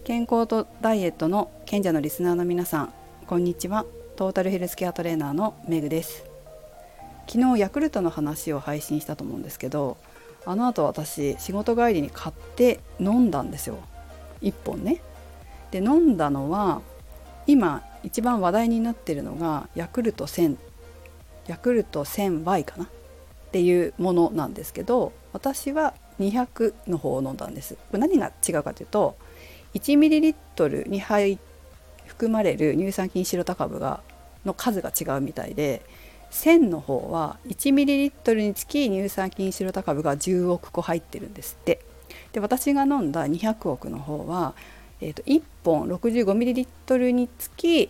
健康とダイエットの賢者のリスナーの皆さん、こんにちは。トータルヘルスケアトレーナーのメグです。昨日ヤクルトの話を配信したと思うんですけど、あの後私仕事帰りに買って飲んだんですよ。1本ね。で飲んだのは今一番話題になっているのがヤクルト1000、ヤクルト 1000Y かなっていうものなんですけど、私は200の方を飲んだんです。これ何が違うかというと、1ml に含まれる乳酸菌シロタ株の数が違うみたいで、1000の方は 1ml につき乳酸菌シロタ株が10億個入ってるんですって。で私が飲んだ200億の方は、1本 65ml につき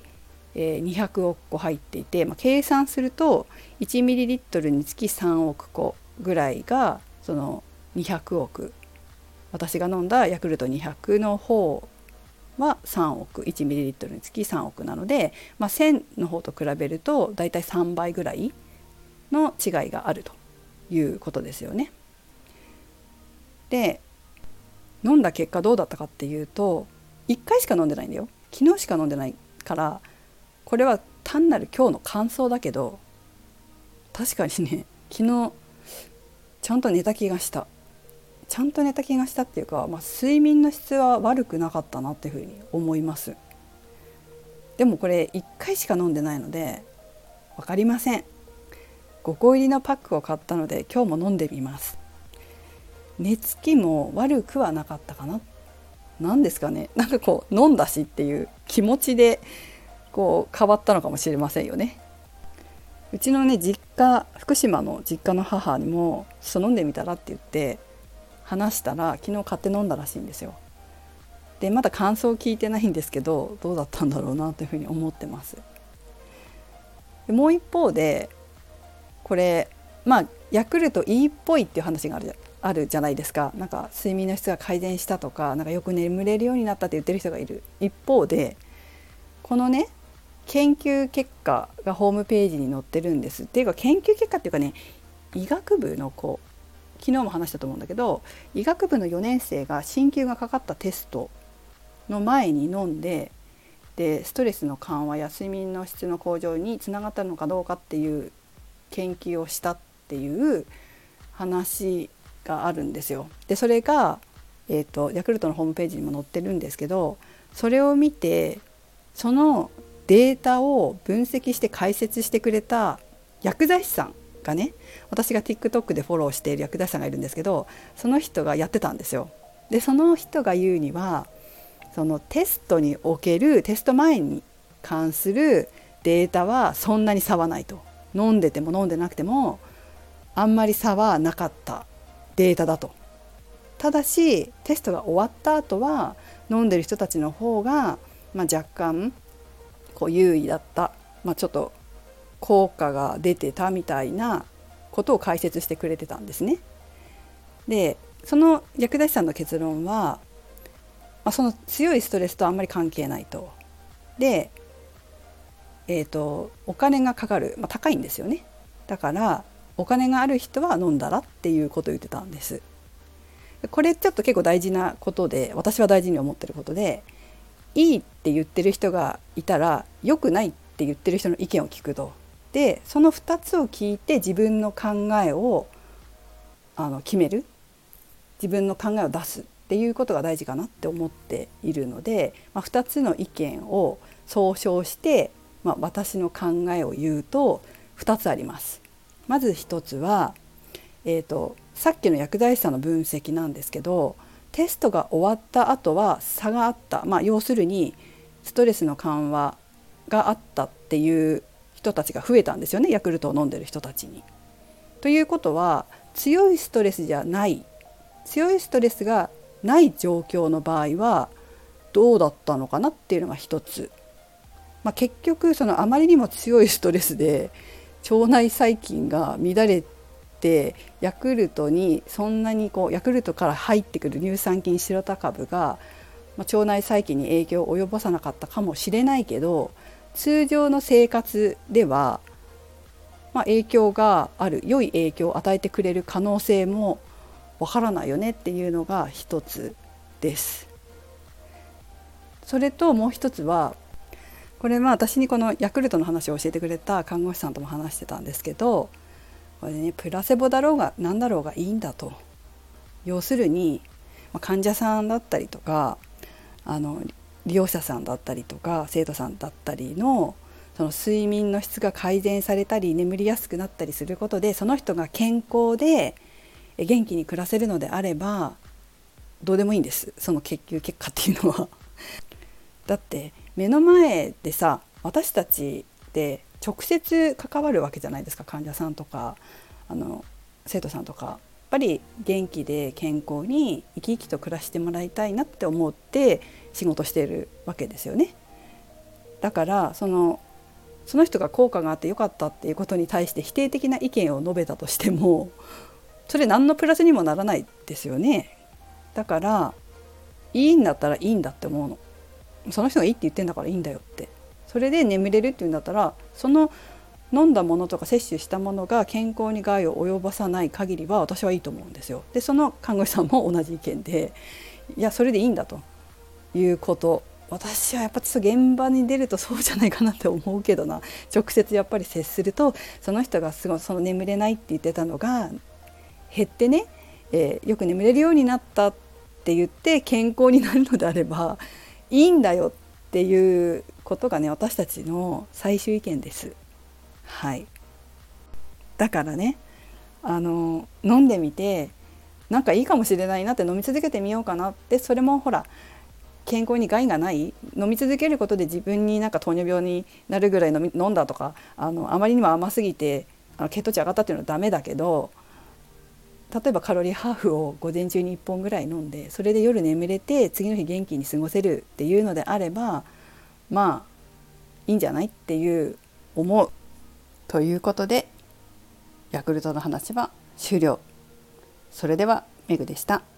200億個入っていて、計算すると 1ml につき3億個ぐらいがその200億、私が飲んだヤクルト200の方は3億、 1ml につき3億なので、1000の方と比べるとだいたい3倍ぐらいの違いがあるということですよね。で飲んだ結果どうだったかっていうと、1回しか飲んでないんだよ。昨日しか飲んでないから、これは単なる今日の感想だけど、確かにね、昨日ちゃんと寝た気がした。ちゃんと寝た気がしたっていうか、睡眠の質は悪くなかったなっていうふうに思います。でもこれ1回しか飲んでないので分かりません。5個入りのパックを買ったので今日も飲んでみます。寝つきも悪くはなかったかな。なんですかね、なんかこう飲んだしっていう気持ちでこう変わったのかもしれませんよね。うちのね実家、福島の実家の母にもちょっと飲んでみたらって言って話したら、昨日買って飲んだらしいんですよ。でまだ感想を聞いてないんですけど、どうだったんだろうなというふうに思ってます。でもう一方でこれヤクルトいいっぽいっていう話があるじゃないですか。なんか睡眠の質が改善したとか、なんかよく眠れるようになったって言ってる人がいる一方で、このね研究結果がホームページに載ってるんです。っていうか研究結果っていうかね、医学部の子、昨日も話したと思うんだけど、医学部の4年生が進級がかかったテストの前に飲んで、ストレスの緩和や睡眠の質の向上につながったのかどうかっていう研究をしたっていう話があるんですよ。でそれが、ヤクルトのホームページにも載ってるんですけど、それを見てそのデータを分析して解説してくれた薬剤師さんがね、私が TikTok でフォローしている薬剤師さんがいるんですけど、その人がやってたんですよ。でその人が言うには、そのテストにおけるテスト前に関するデータはそんなに差はないと。飲んでても飲んでなくてもあんまり差はなかったデータだと。ただしテストが終わった後は飲んでる人たちの方が、若干こう優位だった、ちょっと効果が出てたみたいなことを解説してくれてたんですね。でその薬剤師さんの結論は、その強いストレスとあんまり関係ないと。で、お金がかかる、高いんですよね。だからお金がある人は飲んだらっていうことを言ってたんです。これちょっと結構大事なことで、私は大事に思ってることで、いいって言ってる人がいたら良くないって言ってる人の意見を聞くと。でその2つを聞いて自分の考えを決める、自分の考えを出すっていうことが大事かなって思っているので、2つの意見を総称して、私の考えを言うと2つあります。まず1つは、さっきの薬剤師さんの分析なんですけど、テストが終わった後は差があった、要するにストレスの緩和があったっていう人たちが増えたんですよね、ヤクルトを飲んでる人たちに。ということは強いストレスがない状況の場合はどうだったのかなっていうのが一つ。結局そのあまりにも強いストレスで腸内細菌が乱れて、ヤクルトにそんなにヤクルトから入ってくる乳酸菌シロタ株が、腸内細菌に影響を及ぼさなかったかもしれないけど、通常の生活では、影響がある、良い影響を与えてくれる可能性もわからないよねっていうのが一つです。 それともう一つは、これ私にこのヤクルトの話を教えてくれた看護師さんとも話してたんですけど、これね、プラセボだろうが何だろうがいいんだと。要するに患者さんだったりとか利用者さんだったりとか生徒さんだったりのその睡眠の質が改善されたり眠りやすくなったりすることで、その人が健康で元気に暮らせるのであればどうでもいいんです、その結果っていうのは。だって目の前でさ、私たちで直接関わるわけじゃないですか。患者さんとか生徒さんとか、やっぱり元気で健康に生き生きと暮らしてもらいたいなって思って仕事しているわけですよね。だからその人が効果があってよかったっていうことに対して否定的な意見を述べたとしても、それ何のプラスにもならないですよね。だからいいんだったらいいんだって思うの。その人がいいって言ってんだからいいんだよって。それで眠れるっていうんだったら、その飲んだものとか摂取したものが健康に害を及ぼさない限りは私はいいと思うんですよ。でその看護師さんも同じ意見で、いやそれでいいんだということ。私はやっぱちょっと現場に出るとそうじゃないかなって思うけどな。直接やっぱり接すると、その人がすごいその眠れないって言ってたのが減ってね、よく眠れるようになったって言って健康になるのであればいいんだよっていうことがね、私たちの最終意見です。はい。だからね、飲んでみてなんかいいかもしれないなって、飲み続けてみようかなって、それもほら健康に害がない、飲み続けることで自分になんか糖尿病になるぐらい飲んだとか、あまりにも甘すぎて血糖値上がったっていうのはダメだけど、例えばカロリーハーフを午前中に1本ぐらい飲んで、それで夜眠れて次の日元気に過ごせるっていうのであれば、まあいいんじゃないっていう思う。ということでヤクルトの話は終了。それではメグでした。